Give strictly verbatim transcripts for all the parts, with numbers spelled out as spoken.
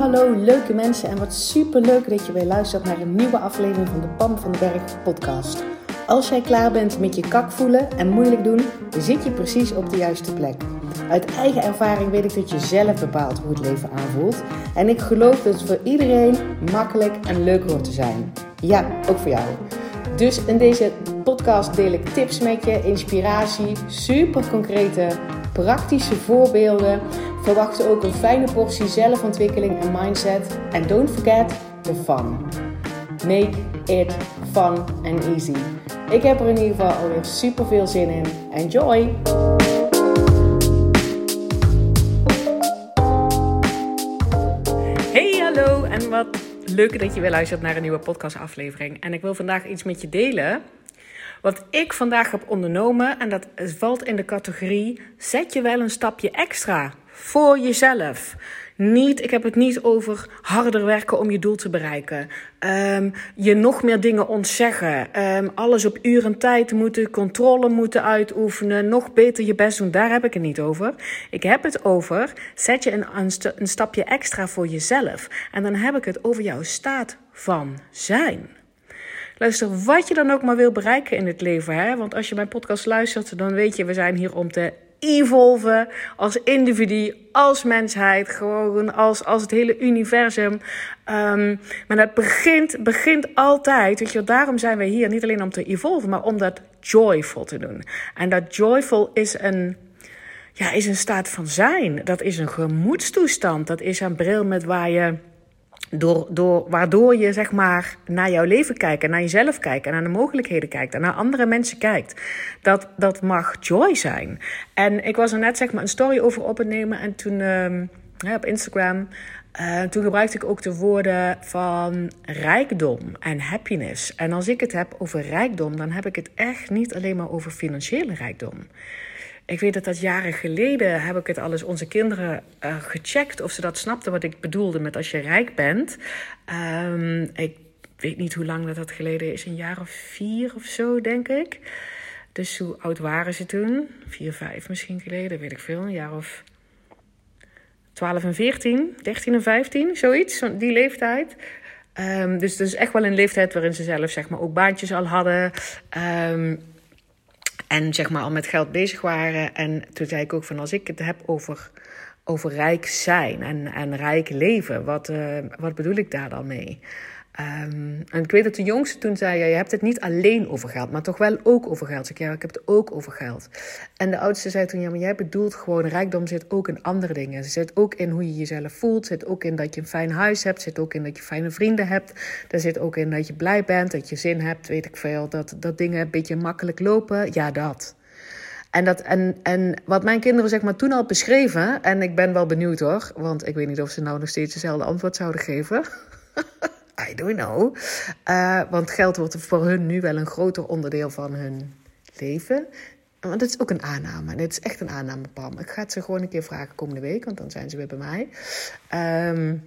hallo leuke mensen en wat super leuk dat je weer luistert naar een nieuwe aflevering van de Pam van den Berg podcast. Als jij klaar bent met je kak voelen en moeilijk doen, dan zit je precies op de juiste plek. Uit eigen ervaring weet ik dat je zelf bepaalt hoe het leven aanvoelt. En ik geloof dat het voor iedereen makkelijk en leuk hoort te zijn. Ja, ook voor jou. Dus in deze podcast deel ik tips met je, inspiratie, super concrete, praktische voorbeelden. Verwacht ook een fijne portie zelfontwikkeling en mindset. En don't forget the fun. Make it fun and easy. Ik heb er in ieder geval alweer super veel zin in. Enjoy! Hey, hallo en wat leuk dat je weer luistert naar een nieuwe podcastaflevering. En ik wil vandaag iets met je delen wat ik vandaag heb ondernomen. En dat valt in de categorie, zet je wel een stapje extra voor jezelf. Niet, ik heb het niet over harder werken om je doel te bereiken. Um, je nog meer dingen ontzeggen. Um, alles op uur en tijd moeten, controle moeten uitoefenen. Nog beter je best doen, daar heb ik het niet over. Ik heb het over, zet je een, een, een stapje extra voor jezelf. En dan heb ik het over jouw staat van zijn. Luister, wat je dan ook maar wil bereiken in het leven. Hè? Want als je mijn podcast luistert, dan weet je, we zijn hier om te evolven als individu, als mensheid, gewoon als, als het hele universum. Um, maar dat begint, begint altijd, weet je, daarom zijn we hier niet alleen om te evolven, maar om dat joyful te doen. En dat joyful is een, ja, is een staat van zijn. Dat is een gemoedstoestand. Dat is een bril met waar je Door, door, waardoor je zeg maar naar jouw leven kijkt en naar jezelf kijkt en naar de mogelijkheden kijkt en naar andere mensen kijkt. Dat, dat mag joy zijn. En ik was er net zeg maar een story over op het nemen en toen um, ja, op Instagram, uh, toen gebruikte ik ook de woorden van rijkdom en happiness. En als ik het heb over rijkdom, dan heb ik het echt niet alleen maar over financiële rijkdom. Ik weet dat dat jaren geleden heb ik het al eens onze kinderen uh, gecheckt of ze dat snapten wat ik bedoelde met als je rijk bent. Um, ik weet niet hoe lang dat, dat geleden is, een jaar of vier of zo denk ik. Dus hoe oud waren ze toen? Vier, vijf misschien geleden, weet ik veel. Een jaar of twaalf en veertien, dertien en vijftien, zoiets, die leeftijd. Um, dus dat is echt wel een leeftijd waarin ze zelf zeg maar ook baantjes al hadden. Um, En zeg maar al met geld bezig waren. En toen zei ik ook van als ik het heb over, over rijk zijn en, en rijk leven. Wat, uh, wat bedoel ik daar dan mee? Um, en ik weet dat de jongste toen zei, ja, je hebt het niet alleen over geld, maar toch wel ook over geld. Ik zei, ja, ik heb het ook over geld. En de oudste zei toen, ja, maar jij bedoelt gewoon, rijkdom zit ook in andere dingen. Het zit ook in hoe je jezelf voelt, zit ook in dat je een fijn huis hebt, zit ook in dat je fijne vrienden hebt. Er zit ook in dat je blij bent, dat je zin hebt, weet ik veel, dat, dat dingen een beetje makkelijk lopen. Ja, dat. En, dat, en, en wat mijn kinderen zeg maar toen al beschreven, en ik ben wel benieuwd hoor, want ik weet niet of ze nou nog steeds dezelfde antwoord zouden geven. I don't know. Uh, want geld wordt voor hun nu wel een groter onderdeel van hun leven. Want dat is ook een aanname. Dit is echt een aanname, Pam. Ik ga het ze gewoon een keer vragen komende week, want dan zijn ze weer bij mij. Um,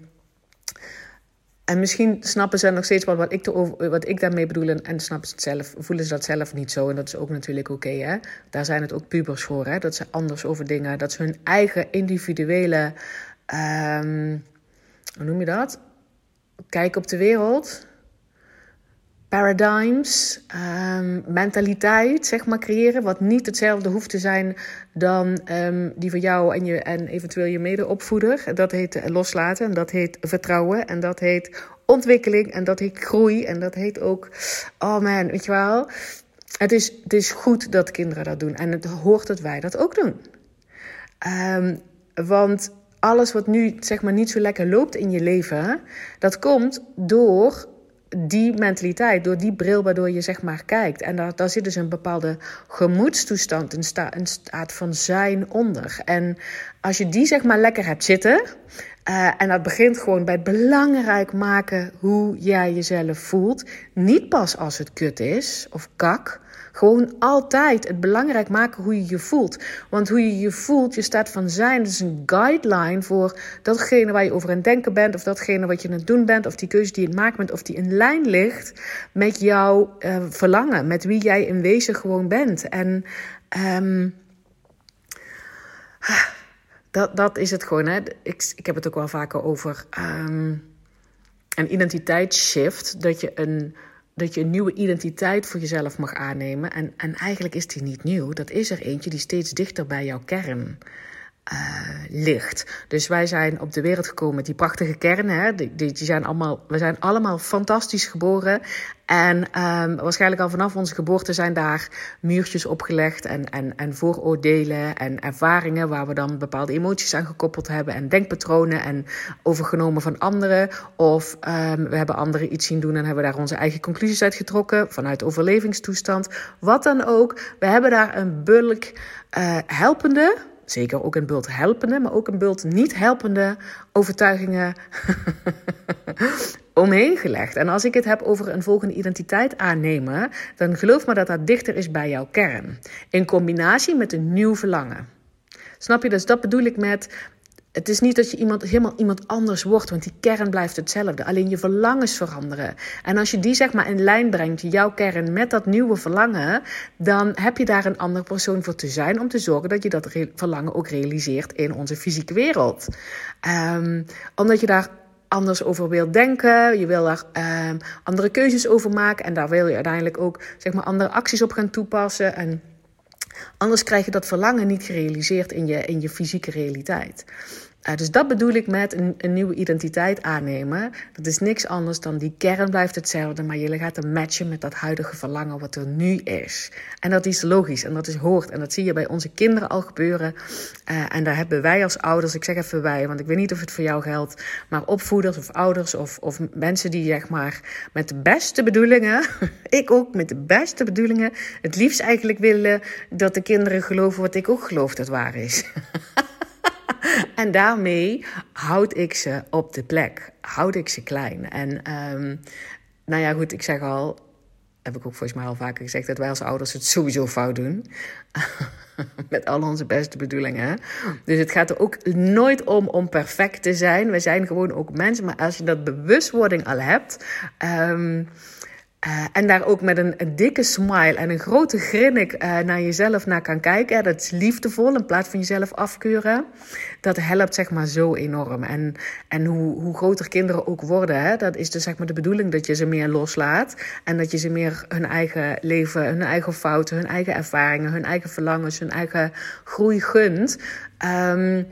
en misschien snappen ze nog steeds wel wat ik, erover, wat ik daarmee bedoel. En, en snappen ze het zelf, voelen ze dat zelf niet zo. En dat is ook natuurlijk oké. Okay, hè? Daar zijn het ook pubers voor. Hè? Dat ze anders over dingen, dat ze hun eigen individuele, um, hoe noem je dat? Kijk op de wereld, paradigms, um, mentaliteit, zeg maar, creëren. Wat niet hetzelfde hoeft te zijn dan um, die van jou en, je, en eventueel je medeopvoeder. Dat heet loslaten en dat heet vertrouwen en dat heet ontwikkeling en dat heet groei. En dat heet ook, oh man, weet je wel. Het is, het is goed dat kinderen dat doen en het hoort dat wij dat ook doen. Um, want alles wat nu zeg maar niet zo lekker loopt in je leven, dat komt door die mentaliteit, door die bril waardoor je zeg maar kijkt. En daar, daar zit dus een bepaalde gemoedstoestand, een, sta, een staat van zijn onder. En als je die zeg maar lekker hebt zitten, uh, en dat begint gewoon bij het belangrijk maken hoe jij jezelf voelt. Niet pas als het kut is of kak. Gewoon altijd het belangrijk maken hoe je je voelt. Want hoe je je voelt, je staat van zijn, dat is een guideline voor datgene waar je over aan het denken bent, of datgene wat je aan het doen bent, of die keuze die je aan het maken bent, of die in lijn ligt met jouw uh, verlangen, met wie jij in wezen gewoon bent. En um, dat, dat is het gewoon. Hè. Ik, ik heb het ook wel vaker over um, een identiteitsshift. Dat je een, dat je een nieuwe identiteit voor jezelf mag aannemen. En, en eigenlijk is die niet nieuw. Dat is er eentje die steeds dichter bij jouw kern Uh, ligt. Dus wij zijn op de wereld gekomen met die prachtige kern. Hè? Die, die, die zijn allemaal, we zijn allemaal fantastisch geboren. En um, waarschijnlijk al vanaf onze geboorte zijn daar muurtjes opgelegd. En, en, en vooroordelen en ervaringen waar we dan bepaalde emoties aan gekoppeld hebben. En denkpatronen en overgenomen van anderen. Of um, we hebben anderen iets zien doen en hebben daar onze eigen conclusies uit getrokken. Vanuit overlevingstoestand. Wat dan ook. We hebben daar een bulk uh, helpende... Zeker ook een bult helpende, maar ook een bult niet helpende overtuigingen omheen gelegd. En als ik het heb over een volgende identiteit aannemen, dan geloof me dat dat dichter is bij jouw kern. In combinatie met een nieuw verlangen. Snap je? Dus dat bedoel ik met... Het is niet dat je iemand, helemaal iemand anders wordt, want die kern blijft hetzelfde. Alleen je verlangens veranderen. En als je die zeg maar in lijn brengt, jouw kern met dat nieuwe verlangen, dan heb je daar een andere persoon voor te zijn om te zorgen dat je dat re- verlangen ook realiseert in onze fysieke wereld. Um, omdat je daar anders over wil denken, je wil daar um, andere keuzes over maken en daar wil je uiteindelijk ook zeg maar andere acties op gaan toepassen en anders krijg je dat verlangen niet gerealiseerd in je, in je fysieke realiteit. Uh, dus dat bedoel ik met een, een nieuwe identiteit aannemen. Dat is niks anders dan die kern blijft hetzelfde, maar je gaat hem matchen met dat huidige verlangen wat er nu is. En dat is logisch en dat is hoort. En dat zie je bij onze kinderen al gebeuren. Uh, en daar hebben wij als ouders, ik zeg even wij, want ik weet niet of het voor jou geldt, maar opvoeders of ouders of, of mensen die zeg maar met de beste bedoelingen, ik ook met de beste bedoelingen, het liefst eigenlijk willen dat de kinderen geloven wat ik ook geloof dat waar is. En daarmee houd ik ze op de plek. Houd ik ze klein. En um, nou ja, goed, ik zeg al, heb ik ook volgens mij al vaker gezegd, dat wij als ouders het sowieso fout doen. Met al onze beste bedoelingen. Dus het gaat er ook nooit om om perfect te zijn. We zijn gewoon ook mensen. Maar als je dat bewustwording al hebt... Um, Uh, en daar ook met een, een dikke smile en een grote grinnik uh, naar jezelf naar kan kijken. Hè, dat is liefdevol in plaats van jezelf afkeuren. Dat helpt zeg maar zo enorm. En, en hoe, hoe groter kinderen ook worden, hè, dat is dus zeg maar de bedoeling dat je ze meer loslaat. En dat je ze meer hun eigen leven, hun eigen fouten, hun eigen ervaringen, hun eigen verlangens, hun eigen groei gunt. Um,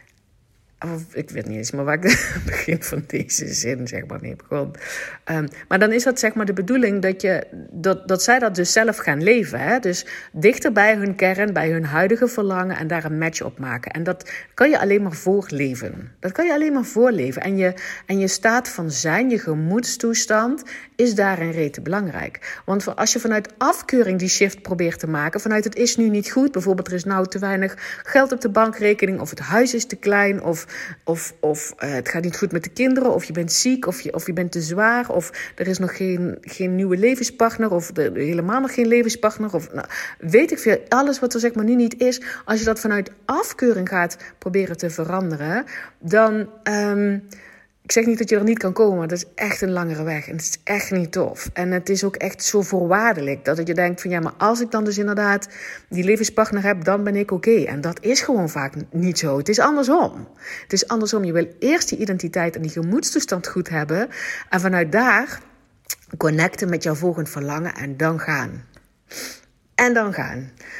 Of, ik weet niet eens maar waar ik het begin van deze zin zeg maar mee begon. Um, maar dan is dat zeg maar de bedoeling dat, je, dat, dat zij dat dus zelf gaan leven. Hè? Dus dichter bij hun kern, bij hun huidige verlangen en daar een match op maken. En dat kan je alleen maar voorleven. Dat kan je alleen maar voorleven. En je, en je staat van zijn, je gemoedstoestand is daarin rete belangrijk. Want als je vanuit afkeuring die shift probeert te maken, vanuit het is nu niet goed, bijvoorbeeld er is nou te weinig geld op de bankrekening of het huis is te klein of Of, of uh, het gaat niet goed met de kinderen, of je bent ziek, of je, of je bent te zwaar, of er is nog geen, geen nieuwe levenspartner, of er, helemaal nog geen levenspartner, of nou, weet ik veel, alles wat er zeg maar nu niet is, als je dat vanuit afkeuring gaat proberen te veranderen, dan, um, ik zeg niet dat je er niet kan komen, maar dat is echt een langere weg en het is echt niet tof. En het is ook echt zo voorwaardelijk dat je denkt van ja, maar als ik dan dus inderdaad die levenspartner heb, dan ben ik oké. Okay. En dat is gewoon vaak niet zo. Het is andersom. Het is andersom. Je wil eerst die identiteit en die gemoedstoestand goed hebben en vanuit daar connecten met jouw volgend verlangen en dan gaan. En dan gaan.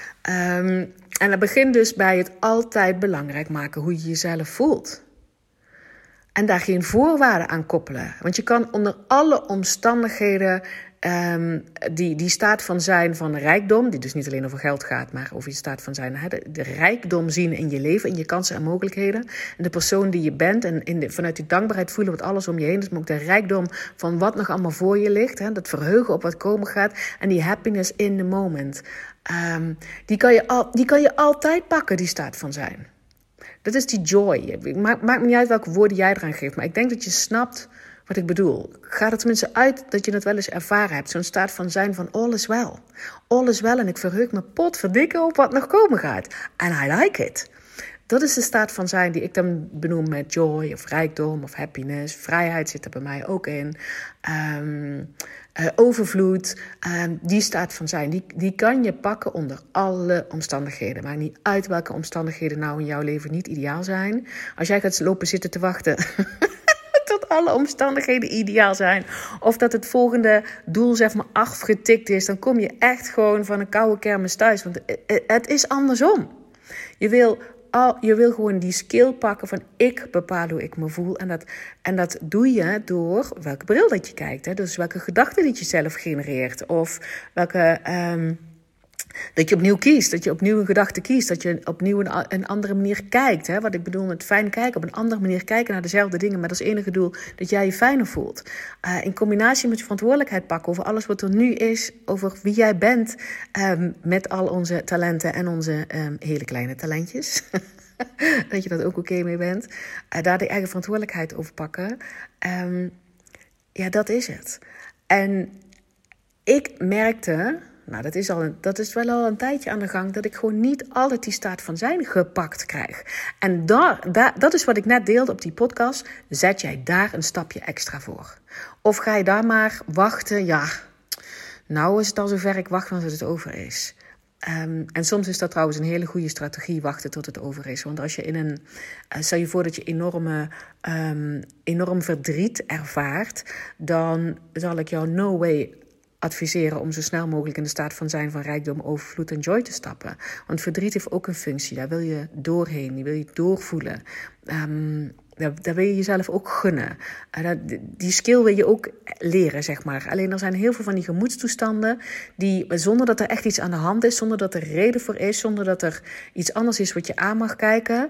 Um, en dat begint dus bij het altijd belangrijk maken hoe je jezelf voelt. En daar geen voorwaarden aan koppelen. Want je kan onder alle omstandigheden um, die, die staat van zijn van rijkdom, die dus niet alleen over geld gaat, maar over je staat van zijn, hè, de, de rijkdom zien in je leven, in je kansen en mogelijkheden. En de persoon die je bent en in de, vanuit die dankbaarheid voelen wat alles om je heen is, maar ook de rijkdom van wat nog allemaal voor je ligt. Hè, dat verheugen op wat komen gaat en die happiness in the moment. Um, die, kan je al, die kan je altijd pakken, die staat van zijn. Dat is die joy. Maakt maak me niet uit welke woorden jij eraan geeft. Maar ik denk dat je snapt wat ik bedoel. Ga er tenminste uit dat je het wel eens ervaren hebt. Zo'n staat van zijn van all is well. All is well en ik verheug me potverdikke op wat nog komen gaat. And I like it. Dat is de staat van zijn die ik dan benoem met joy of rijkdom of happiness. Vrijheid zit er bij mij ook in. Um, uh, overvloed, uh, die staat van zijn, die, die kan je pakken onder alle omstandigheden. Maakt niet uit welke omstandigheden nou in jouw leven niet ideaal zijn. Als jij gaat lopen zitten te wachten tot alle omstandigheden ideaal zijn, of dat het volgende doel zeg maar afgetikt is, dan kom je echt gewoon van een koude kermis thuis. Want het is andersom. Je wil, al, je wil gewoon die skill pakken van ik bepaal hoe ik me voel. En dat, en dat doe je door welke bril dat je kijkt. Hè? Dus welke gedachten dat je zelf genereert. Of welke... Um, Dat je opnieuw kiest, dat je opnieuw een gedachte kiest. Dat je opnieuw een, een andere manier kijkt. Hè? Wat ik bedoel met fijn kijken, op een andere manier kijken naar dezelfde dingen. Met als enige doel dat jij je fijner voelt. Uh, in combinatie met je verantwoordelijkheid pakken over alles wat er nu is. Over wie jij bent. Um, met al onze talenten en onze um, hele kleine talentjes. Dat je dat ook oké okay mee bent. Uh, daar de eigen verantwoordelijkheid over pakken. Um, ja, dat is het. En ik merkte... Nou, dat is, al een, dat is wel al een tijdje aan de gang, dat ik gewoon niet altijd die staat van zijn gepakt krijg. En daar, daar, dat is wat ik net deelde op die podcast. Zet jij daar een stapje extra voor? Of ga je daar maar wachten? Ja, nou is het al zover, ik wacht tot het over is. Um, en soms is dat trouwens een hele goede strategie, wachten tot het over is. Want als je in een, uh, stel je voor dat je enorme, um, enorm verdriet ervaart, dan zal ik jou no way adviseren om zo snel mogelijk in de staat van zijn van rijkdom, overvloed en joy te stappen. Want verdriet heeft ook een functie. Daar wil je doorheen, die wil je doorvoelen. Um, daar, daar wil je jezelf ook gunnen. Uh, dat, die skill wil je ook leren, zeg maar. Alleen er zijn heel veel van die gemoedstoestanden die, zonder dat er echt iets aan de hand is, zonder dat er reden voor is, zonder dat er iets anders is wat je aan mag kijken,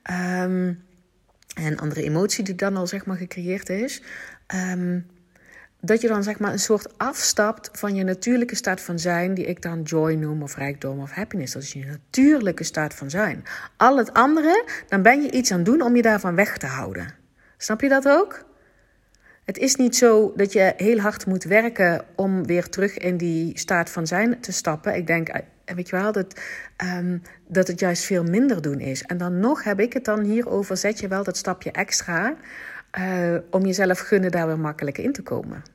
um, en andere emotie die dan al, zeg maar, gecreëerd is, um, dat je dan zeg maar een soort afstapt van je natuurlijke staat van zijn, die ik dan joy noem of rijkdom of happiness. Dat is je natuurlijke staat van zijn. Al het andere, dan ben je iets aan het doen om je daarvan weg te houden. Snap je dat ook? Het is niet zo dat je heel hard moet werken om weer terug in die staat van zijn te stappen. Ik denk, weet je wel, dat, um, dat het juist veel minder doen is. En dan nog heb ik het dan hierover, zet je wel dat stapje extra Uh, om jezelf gunnen daar weer makkelijk in te komen.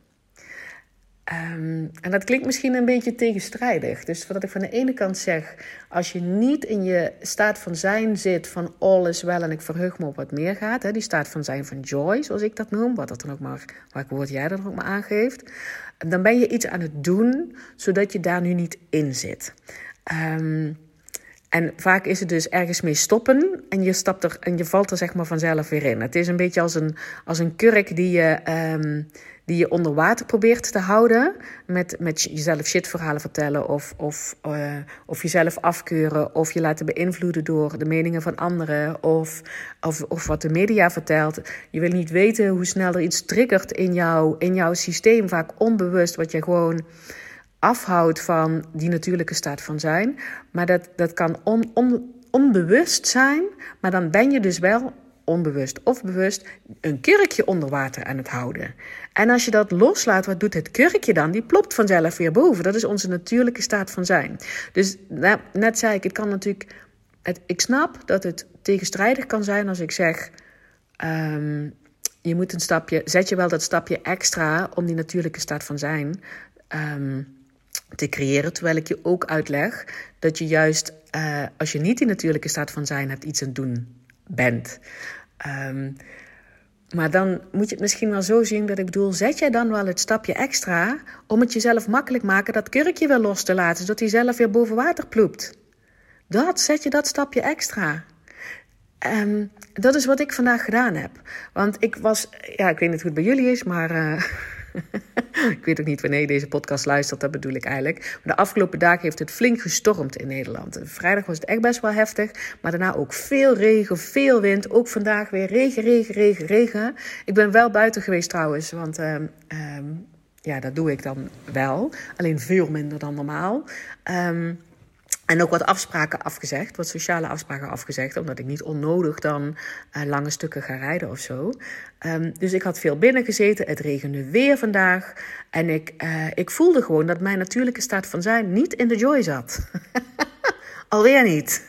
Um, en dat klinkt misschien een beetje tegenstrijdig. Dus wat ik van de ene kant zeg, als je niet in je staat van zijn zit van all is wel en ik verheug me op wat meer gaat, hè, die staat van zijn van joy, zoals ik dat noem, wat dat dan ook maar, welk woord jij dat ook maar aangeeft, dan ben je iets aan het doen, zodat je daar nu niet in zit. Um, En vaak is het dus ergens mee stoppen en je stapt er en je valt er zeg maar vanzelf weer in. Het is een beetje als een, als een kurk die je, um, die je onder water probeert te houden. Met, met jezelf shitverhalen vertellen of, of, uh, of jezelf afkeuren of je laten beïnvloeden door de meningen van anderen. Of, of, of wat de media vertelt. Je wil niet weten hoe snel er iets triggert in, jou, in jouw systeem, vaak onbewust, wat je gewoon afhoudt van die natuurlijke staat van zijn. Maar dat, dat kan on, on, onbewust zijn, maar dan ben je dus wel onbewust of bewust een kurkje onder water aan het houden. En als je dat loslaat, wat doet het kurkje dan? Die plopt vanzelf weer boven. Dat is onze natuurlijke staat van zijn. Dus nou, net zei ik, het kan natuurlijk, het, ik snap dat het tegenstrijdig kan zijn als ik zeg, um, je moet een stapje, zet je wel dat stapje extra om die natuurlijke staat van zijn um, te creëren, terwijl ik je ook uitleg dat je juist, uh, als je niet die natuurlijke staat van zijn hebt, iets aan het doen bent. Um, maar dan moet je het misschien wel zo zien dat ik bedoel, zet jij dan wel het stapje extra om het jezelf makkelijk maken dat kurkje weer los te laten, zodat hij zelf weer boven water ploept. Dat, zet je dat stapje extra. Um, dat is wat ik vandaag gedaan heb. Want ik was, ja, ik weet niet hoe het bij jullie is, maar Uh, ik weet ook niet wanneer je deze podcast luistert, dat bedoel ik eigenlijk. Maar de afgelopen dagen heeft het flink gestormd in Nederland. Vrijdag was het echt best wel heftig, maar daarna ook veel regen, veel wind. Ook vandaag weer regen, regen, regen, regen. Ik ben wel buiten geweest trouwens, want uh, uh, ja, dat doe ik dan wel. Alleen veel minder dan normaal. Um, En ook wat afspraken afgezegd, wat sociale afspraken afgezegd, omdat ik niet onnodig dan uh, lange stukken ga rijden of zo. Um, dus ik had veel binnen gezeten, het regende weer vandaag. En ik, uh, ik voelde gewoon dat mijn natuurlijke staat van zijn niet in de joy zat. Alweer niet.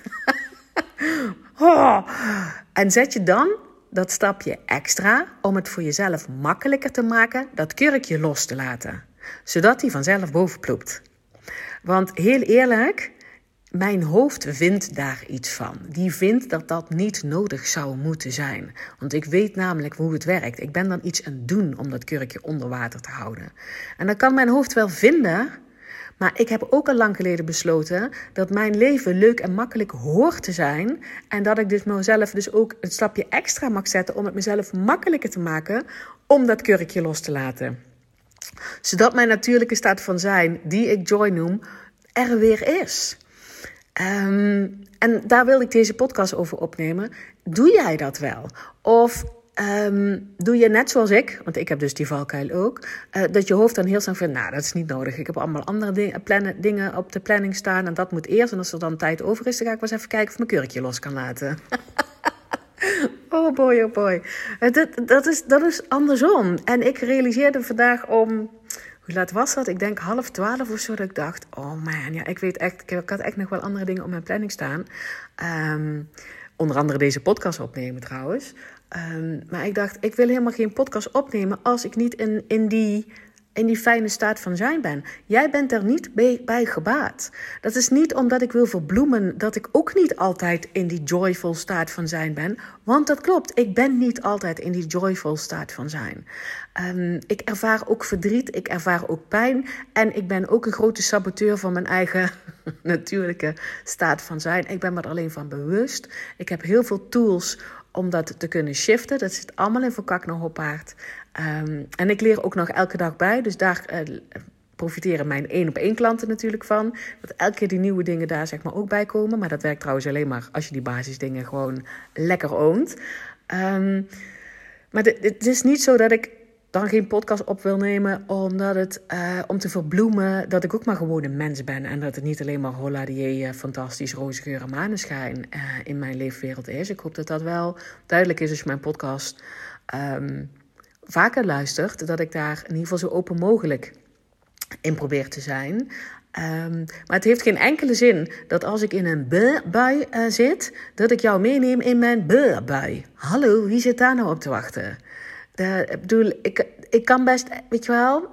oh. En zet je dan dat stapje extra om het voor jezelf makkelijker te maken, dat kurkje los te laten. zodat die vanzelf bovenploept. Want heel eerlijk, mijn hoofd vindt daar iets van. Die vindt dat dat niet nodig zou moeten zijn. Want ik weet namelijk hoe het werkt. Ik ben dan iets aan het doen om dat kurkje onder water te houden. En dat kan mijn hoofd wel vinden. Maar ik heb ook al lang geleden besloten dat mijn leven leuk en makkelijk hoort te zijn. En dat ik dus mezelf dus ook een stapje extra mag zetten om het mezelf makkelijker te maken om dat kurkje los te laten. Zodat mijn natuurlijke staat van zijn, die ik joy noem, er weer is. Um, en daar wil ik deze podcast over opnemen. Doe jij dat wel? Of um, doe je net zoals ik, want ik heb dus die valkuil ook, uh, dat je hoofd dan heel snel vindt, nou dat is niet nodig. Ik heb allemaal andere ding, plannen, dingen op de planning staan en dat moet eerst. En als er dan tijd over is, dan ga ik wel eens even kijken of mijn kurkje los kan laten. Oh boy, oh boy. Dat, dat, is, dat is andersom. En ik realiseerde vandaag om... Hoe laat was dat? Ik denk half twaalf of zo. Dat ik dacht, oh man, ja, ik weet echt... Ik had echt nog wel andere dingen op mijn planning staan. Um, onder andere deze podcast opnemen trouwens. Um, maar ik dacht, ik wil helemaal geen podcast opnemen als ik niet in, in die... in die fijne staat van zijn ben. Jij bent er niet bij, bij gebaat. Dat is niet omdat ik wil verbloemen dat ik ook niet altijd in die joyful staat van zijn ben. Want dat klopt, ik ben niet altijd in die joyful staat van zijn. Um, ik ervaar ook verdriet, ik ervaar ook pijn. En ik ben ook een grote saboteur van mijn eigen natuurlijke staat van zijn. Ik ben me er alleen van bewust. Ik heb heel veel tools om dat te kunnen shiften. Dat zit allemaal in Voor Kak naar Hoppaard. Um, en ik leer ook nog elke dag bij. Dus daar uh, profiteren mijn één op één klanten natuurlijk van. Dat elke keer die nieuwe dingen daar zeg maar ook bij komen. Maar dat werkt trouwens alleen maar als je die basisdingen gewoon lekker oont. Um, maar het is niet zo dat ik dan geen podcast op wil nemen, omdat het, uh, om te verbloemen dat ik ook maar gewoon een mens ben. En dat het niet alleen maar holla die uh, fantastisch roze geur en maneschijn uh, in mijn leefwereld is. Ik hoop dat dat wel duidelijk is als je mijn podcast um, vaker luistert. Dat ik daar in ieder geval zo open mogelijk in probeer te zijn. Um, maar het heeft geen enkele zin dat als ik in een be-bui uh, zit, dat ik jou meeneem in mijn be-bui. Hallo, wie zit daar nou op te wachten? De, ik bedoel, ik, ik kan best, weet je wel...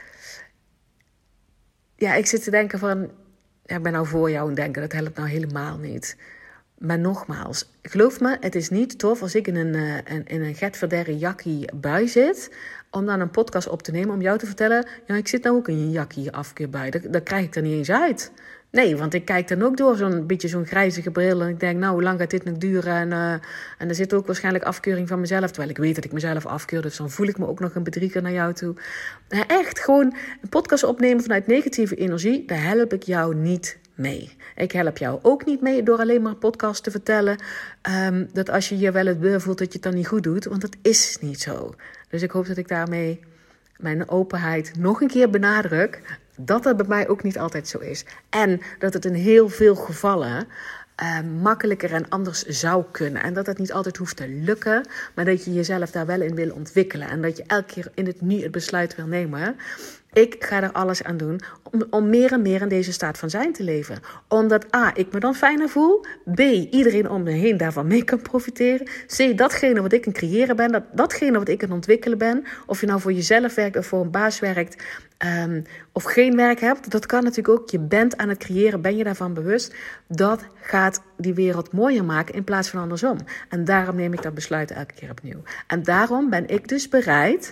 Ja, ik zit te denken van... Ja, ik ben nou voor jou en denken, dat helpt nou helemaal niet. Maar nogmaals, geloof me, het is niet tof als ik in een, uh, in een Gert Verderre jakkie bui zit... om dan een podcast op te nemen om jou te vertellen... ja, ik zit nou ook in een jakkie afkeerbui. Dat, dat krijg ik er niet eens uit. Nee, want ik kijk dan ook door zo'n beetje zo'n grijzige bril... en ik denk, nou, hoe lang gaat dit nog duren? En, uh, en er zit ook waarschijnlijk afkeuring van mezelf... terwijl ik weet dat ik mezelf afkeur... dus dan voel ik me ook nog een bedrieger naar jou toe. Nou, echt, gewoon een podcast opnemen vanuit negatieve energie... daar help ik jou niet mee. Ik help jou ook niet mee door alleen maar podcast te vertellen... Um, dat als je je wel het beu voelt dat je het dan niet goed doet... want dat is niet zo. Dus ik hoop dat ik daarmee mijn openheid nog een keer benadruk... dat dat bij mij ook niet altijd zo is. En dat het in heel veel gevallen uh, makkelijker en anders zou kunnen. En dat het niet altijd hoeft te lukken, maar dat je jezelf daar wel in wil ontwikkelen. En dat je elke keer in het nu het besluit wil nemen... ik ga er alles aan doen om, om meer en meer in deze staat van zijn te leven. Omdat A, ik me dan fijner voel. B, iedereen om me heen daarvan mee kan profiteren. C, datgene wat ik aan het creëren ben, dat, datgene wat ik aan het ontwikkelen ben. Of je nou voor jezelf werkt of voor een baas werkt. Um, of geen werk hebt, dat kan natuurlijk ook. Je bent aan het creëren, ben je daarvan bewust. Dat gaat die wereld mooier maken in plaats van andersom. En daarom neem ik dat besluit elke keer opnieuw. En daarom ben ik dus bereid...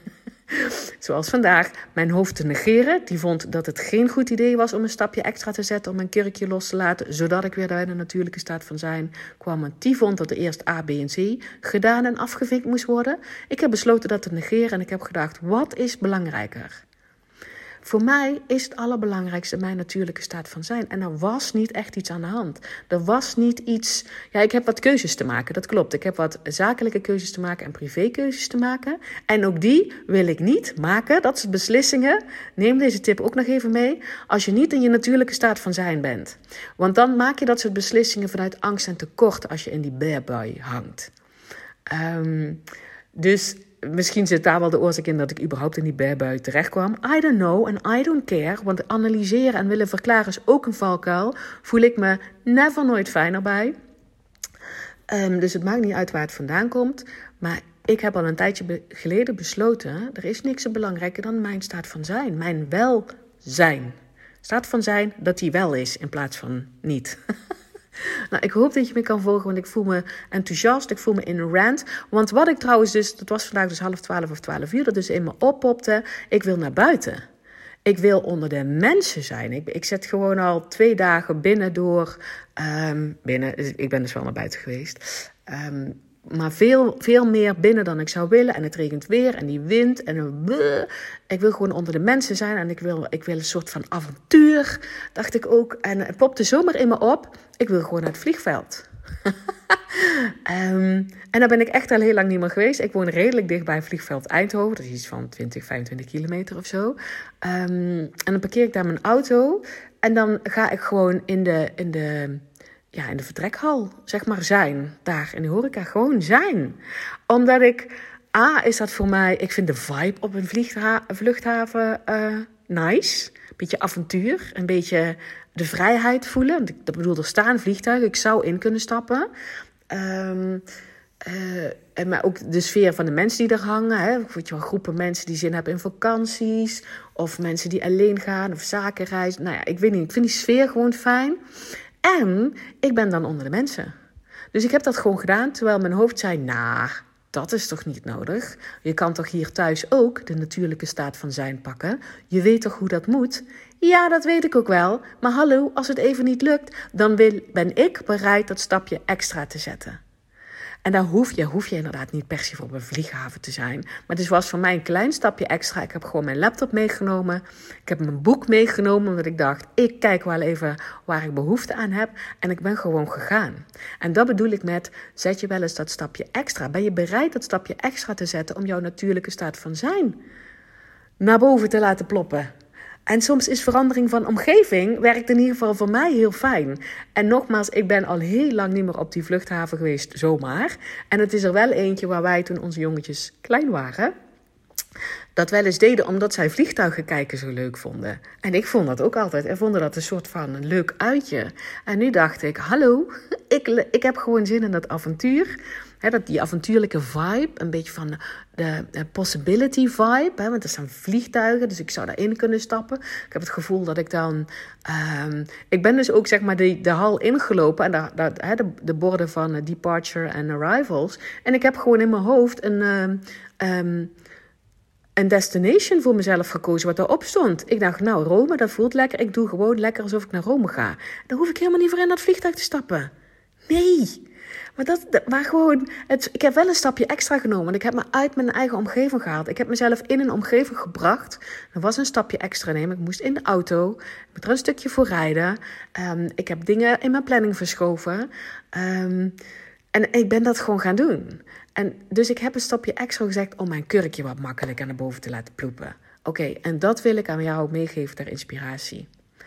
zoals vandaag, mijn hoofd te negeren. Die vond dat het geen goed idee was om een stapje extra te zetten... om mijn kurkje los te laten, zodat ik weer bij de natuurlijke staat van zijn kwam. Want die vond dat er eerst A, B en C gedaan en afgevinkt moest worden. Ik heb besloten dat te negeren en ik heb gedacht, wat is belangrijker? Voor mij is het allerbelangrijkste mijn natuurlijke staat van zijn. En er was niet echt iets aan de hand. Er was niet iets... Ja, ik heb wat keuzes te maken, dat klopt. Ik heb wat zakelijke keuzes te maken en privékeuzes te maken. En ook die wil ik niet maken. Dat soort beslissingen. Neem deze tip ook nog even mee. Als je niet in je natuurlijke staat van zijn bent. Want dan maak je dat soort beslissingen vanuit angst en tekort als je in die bearbui hangt. Um, dus... Misschien zit daar wel de oorzaak in dat ik überhaupt in die bearbui terecht kwam. I don't know and I don't care. Want analyseren en willen verklaren is ook een valkuil. Voel ik me never nooit fijner bij. Um, dus het maakt niet uit waar het vandaan komt. Maar ik heb al een tijdje be- geleden besloten, er is niks zo belangrijker dan mijn staat van zijn. Mijn welzijn. Staat van zijn dat die wel is in plaats van niet. Nou, ik hoop dat je me kan volgen, want ik voel me enthousiast. Ik voel me in een rant. Want wat ik trouwens dus, dat was vandaag dus half twaalf of twaalf uur, dat dus in me oppopte. Ik wil naar buiten. Ik wil onder de mensen zijn. Ik, ik zit gewoon al twee dagen binnen door. Um, binnen, ik ben dus wel naar buiten geweest. Um, maar veel, veel meer binnen dan ik zou willen. En het regent weer en die wind. En een bleh. Ik wil gewoon onder de mensen zijn. En ik wil, ik wil een soort van avontuur, dacht ik ook. En het popte zomaar in me op. Ik wil gewoon naar het vliegveld. um, en daar ben ik echt al heel lang niet meer geweest. Ik woon redelijk dicht bij vliegveld Eindhoven. Dat is iets van twintig, vijfentwintig kilometer of zo. Um, en dan parkeer ik daar mijn auto. En dan ga ik gewoon in de, in de, ja, in de vertrekhal, zeg maar, zijn. Daar in de horeca gewoon zijn. Omdat ik... A, is dat voor mij... Ik vind de vibe op een vliegha- vluchthaven uh, nice. Een beetje avontuur. Een beetje de vrijheid voelen. Dat bedoel, er staan vliegtuigen. Ik zou in kunnen stappen. Um, uh, en maar ook de sfeer van de mensen die er hangen. Hè. Weet je wel, groepen mensen die zin hebben in vakanties. Of mensen die alleen gaan. Of zakenreizen. Nou ja, ik weet niet. Ik vind die sfeer gewoon fijn. En ik ben dan onder de mensen. Dus ik heb dat gewoon gedaan. Terwijl mijn hoofd zei, nou... Dat is toch niet nodig? Je kan toch hier thuis ook de natuurlijke staat van zijn pakken? Je weet toch hoe dat moet? Ja, dat weet ik ook wel. Maar hallo, als het even niet lukt, dan wil, ben ik bereid dat stapje extra te zetten. En daar hoef je, hoef je inderdaad niet per se voor op een vlieghaven te zijn. Maar het was voor mij een klein stapje extra. Ik heb gewoon mijn laptop meegenomen. Ik heb mijn boek meegenomen, omdat ik dacht, ik kijk wel even waar ik behoefte aan heb. En ik ben gewoon gegaan. En dat bedoel ik met, zet je wel eens dat stapje extra. Ben je bereid dat stapje extra te zetten om jouw natuurlijke staat van zijn naar boven te laten ploppen? En soms is verandering van omgeving, werkt in ieder geval voor mij heel fijn. En nogmaals, ik ben al heel lang niet meer op die vluchthaven geweest, zomaar. En het is er wel eentje waar wij toen onze jongetjes klein waren, dat wel eens deden omdat zij vliegtuigen kijken zo leuk vonden. En ik vond dat ook altijd. En vonden dat een soort van een leuk uitje. En nu dacht ik, hallo, ik, ik heb gewoon zin in dat avontuur. He, dat die avontuurlijke vibe, een beetje van de, de possibility vibe. He, want er staan vliegtuigen, dus ik zou daarin kunnen stappen. Ik heb het gevoel dat ik dan... Um, ik ben dus ook zeg maar de, de hal ingelopen. En daar, daar, he, de, de borden van uh, departure en arrivals. En ik heb gewoon in mijn hoofd een... Um, um, een destination voor mezelf gekozen wat daarop stond. Ik dacht, nou, Rome, dat voelt lekker. Ik doe gewoon lekker alsof ik naar Rome ga. Dan hoef ik helemaal niet voor in dat vliegtuig te stappen. Nee. Maar, dat, maar gewoon, het, ik heb wel een stapje extra genomen. Want ik heb me uit mijn eigen omgeving gehaald. Ik heb mezelf in een omgeving gebracht. Er was een stapje extra nemen. Ik moest in de auto. Ik moet er een stukje voor rijden. Um, ik heb dingen in mijn planning verschoven. Um, en ik ben dat gewoon gaan doen. En dus ik heb een stapje extra gezegd om mijn kurkje wat makkelijker naar boven te laten ploepen. Oké, okay, en dat wil ik aan jou meegeven ter inspiratie.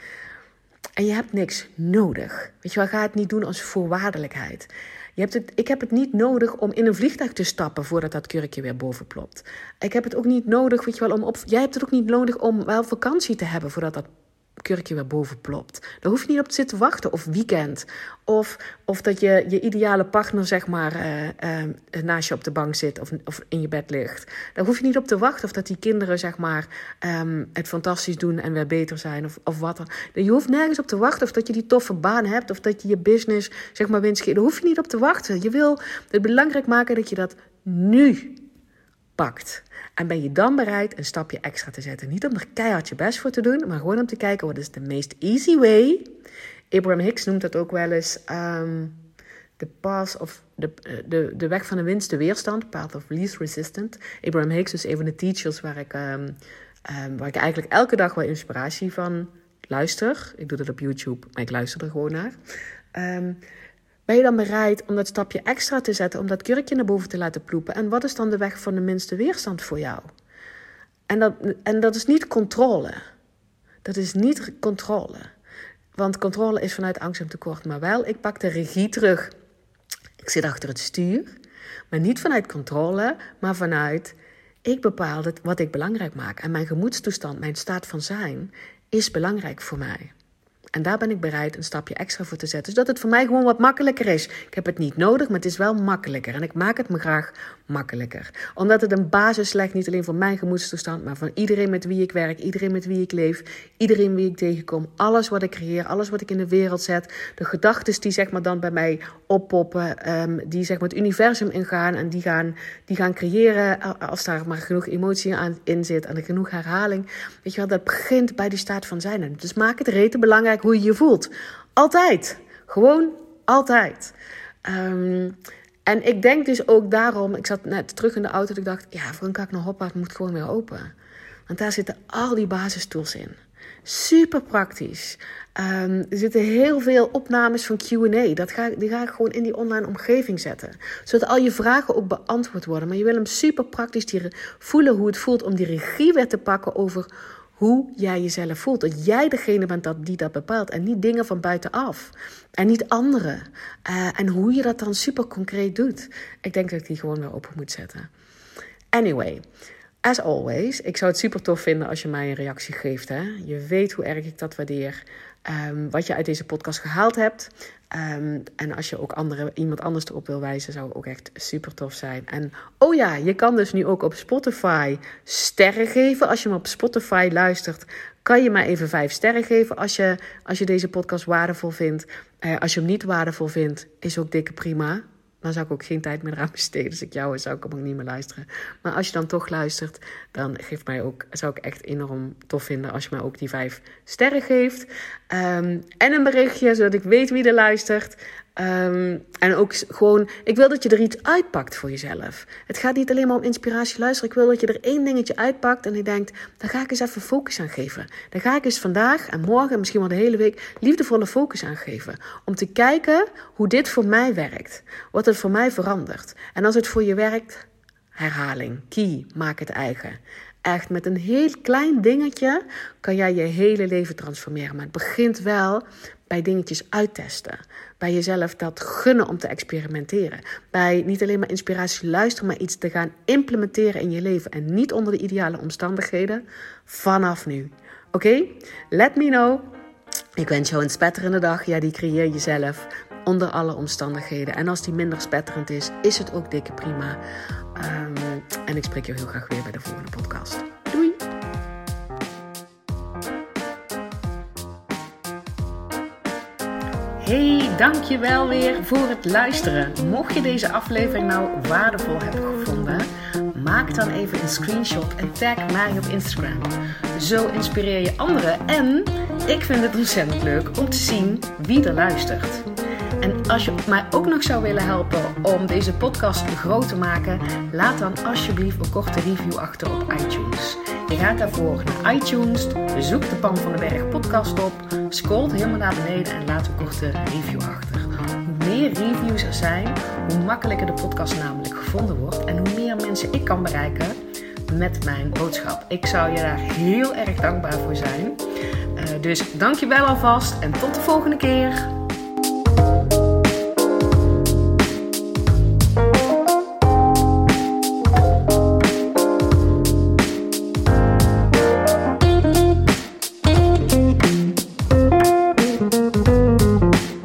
En je hebt niks nodig. Weet je wel, ga het niet doen als voorwaardelijkheid. Je hebt het, ik heb het niet nodig om in een vliegtuig te stappen voordat dat kurkje weer boven plopt. Ik heb het ook niet nodig, weet je wel, om op... Jij hebt het ook niet nodig om wel vakantie te hebben voordat dat kurkje weer boven plopt. Daar hoef je niet op te zitten wachten. Of weekend. Of, of dat je, je ideale partner zeg maar uh, uh, naast je op de bank zit of, of in je bed ligt. Daar hoef je niet op te wachten. Of dat die kinderen zeg maar um, het fantastisch doen en weer beter zijn. Of, of wat dan. Je hoeft nergens op te wachten. Of dat je die toffe baan hebt. Of dat je je business zeg maar winstgevend. Daar hoef je niet op te wachten. Je wil het belangrijk maken dat je dat nu pakt. En ben je dan bereid een stapje extra te zetten. Niet om er keihard je best voor te doen, maar gewoon om te kijken wat is de meest easy way. Abraham Hicks noemt dat ook wel eens um, the path of de, de, de weg van de minste weerstand, path of least resistance. Abraham Hicks is een van de teachers waar ik, um, um, waar ik eigenlijk elke dag wel inspiratie van luister. Ik doe dat op YouTube, maar ik luister er gewoon naar. Um, Ben je dan bereid om dat stapje extra te zetten, om dat kurkje naar boven te laten ploepen? En wat is dan de weg van de minste weerstand voor jou? En dat, en dat is niet controle. Dat is niet controle. Want controle is vanuit angst en tekort. Maar wel, ik pak de regie terug. Ik zit achter het stuur. Maar niet vanuit controle, maar vanuit... Ik bepaal het, wat ik belangrijk maak. En mijn gemoedstoestand, mijn staat van zijn, is belangrijk voor mij. En daar ben ik bereid een stapje extra voor te zetten. Zodat het voor mij gewoon wat makkelijker is. Ik heb het niet nodig, maar het is wel makkelijker. En ik maak het me graag makkelijker. Omdat het een basis legt, niet alleen voor mijn gemoedstoestand, maar van iedereen met wie ik werk, iedereen met wie ik leef, iedereen wie ik tegenkom. Alles wat ik creëer, alles wat ik in de wereld zet. De gedachten die zeg maar dan bij mij oppoppen, um, die zeg maar het universum ingaan en die gaan, die gaan creëren als daar maar genoeg emotie aan in zit en er genoeg herhaling. Weet je wel, dat begint bij die staat van zijn. Dus maak het rete belangrijk hoe je je voelt. Altijd. Gewoon altijd. Um, en ik denk dus ook daarom, ik zat net terug in de auto en ik dacht, ja, voor een kak naar Hoppaard moet gewoon weer open. Want daar zitten al die basistools in. Super praktisch. Um, er zitten heel veel opnames van Q en A. Dat ga, die ga ik gewoon in die online omgeving zetten. Zodat al je vragen ook beantwoord worden. Maar je wil hem super praktisch die, voelen hoe het voelt om die regie weer te pakken over hoe jij jezelf voelt. Dat jij degene bent dat, die dat bepaalt. En niet dingen van buitenaf. En niet anderen. Uh, en hoe je dat dan super concreet doet. Ik denk dat ik die gewoon weer open moet zetten. Anyway. As always, ik zou het super tof vinden als je mij een reactie geeft. Hè? Je weet hoe erg ik dat waardeer. Um, wat je uit deze podcast gehaald hebt. Um, en als je ook andere, iemand anders erop wil wijzen, zou ook echt super tof zijn. En oh ja, je kan dus nu ook op Spotify sterren geven. Als je me op Spotify luistert, kan je mij even vijf sterren geven als je, als je deze podcast waardevol vindt. Uh, als je hem niet waardevol vindt, is ook dikke prima. Dan zou ik ook geen tijd meer eraan besteden. Als ik jou was, zou ik hem ook niet meer luisteren. Maar als je dan toch luistert, dan geeft mij ook, zou ik echt enorm tof vinden als je mij ook die vijf sterren geeft. Um, en een berichtje, zodat ik weet wie er luistert. Um, en ook gewoon, ik wil dat je er iets uitpakt voor jezelf. Het gaat niet alleen maar om inspiratie luisteren. Ik wil dat je er één dingetje uitpakt en je denkt, daar ga ik eens even focus aan geven. Daar ga ik eens vandaag en morgen en misschien wel de hele week liefdevolle focus aan geven. Om te kijken hoe dit voor mij werkt. Wat het voor mij verandert. En als het voor je werkt, herhaling, key, maak het eigen. Echt met een heel klein dingetje kan jij je hele leven transformeren. Maar het begint wel bij dingetjes uittesten. Bij jezelf dat gunnen om te experimenteren. Bij niet alleen maar inspiratie luisteren, maar iets te gaan implementeren in je leven. En niet onder de ideale omstandigheden. Vanaf nu. Oké? Okay? Let me know. Ik wens jou een spetterende dag. Ja, die creëer je zelf onder alle omstandigheden. En als die minder spetterend is, is het ook dikke prima. Um, en ik spreek je heel graag weer bij de volgende podcast. Doei! Hey, dankjewel weer voor het luisteren. Mocht je deze aflevering nou waardevol hebben gevonden, maak dan even een screenshot en tag mij op Instagram. Zo inspireer je anderen en ik vind het ontzettend leuk om te zien wie er luistert. En als je mij ook nog zou willen helpen om deze podcast groot te maken, laat dan alsjeblieft een korte review achter op iTunes. Je gaat daarvoor naar iTunes, zoek de Pam van den Berg podcast op, scrolt helemaal naar beneden en laat een korte review achter. Hoe meer reviews er zijn, hoe makkelijker de podcast namelijk gevonden wordt en hoe meer mensen ik kan bereiken met mijn boodschap. Ik zou je daar heel erg dankbaar voor zijn. Uh, dus dank je wel alvast en tot de volgende keer.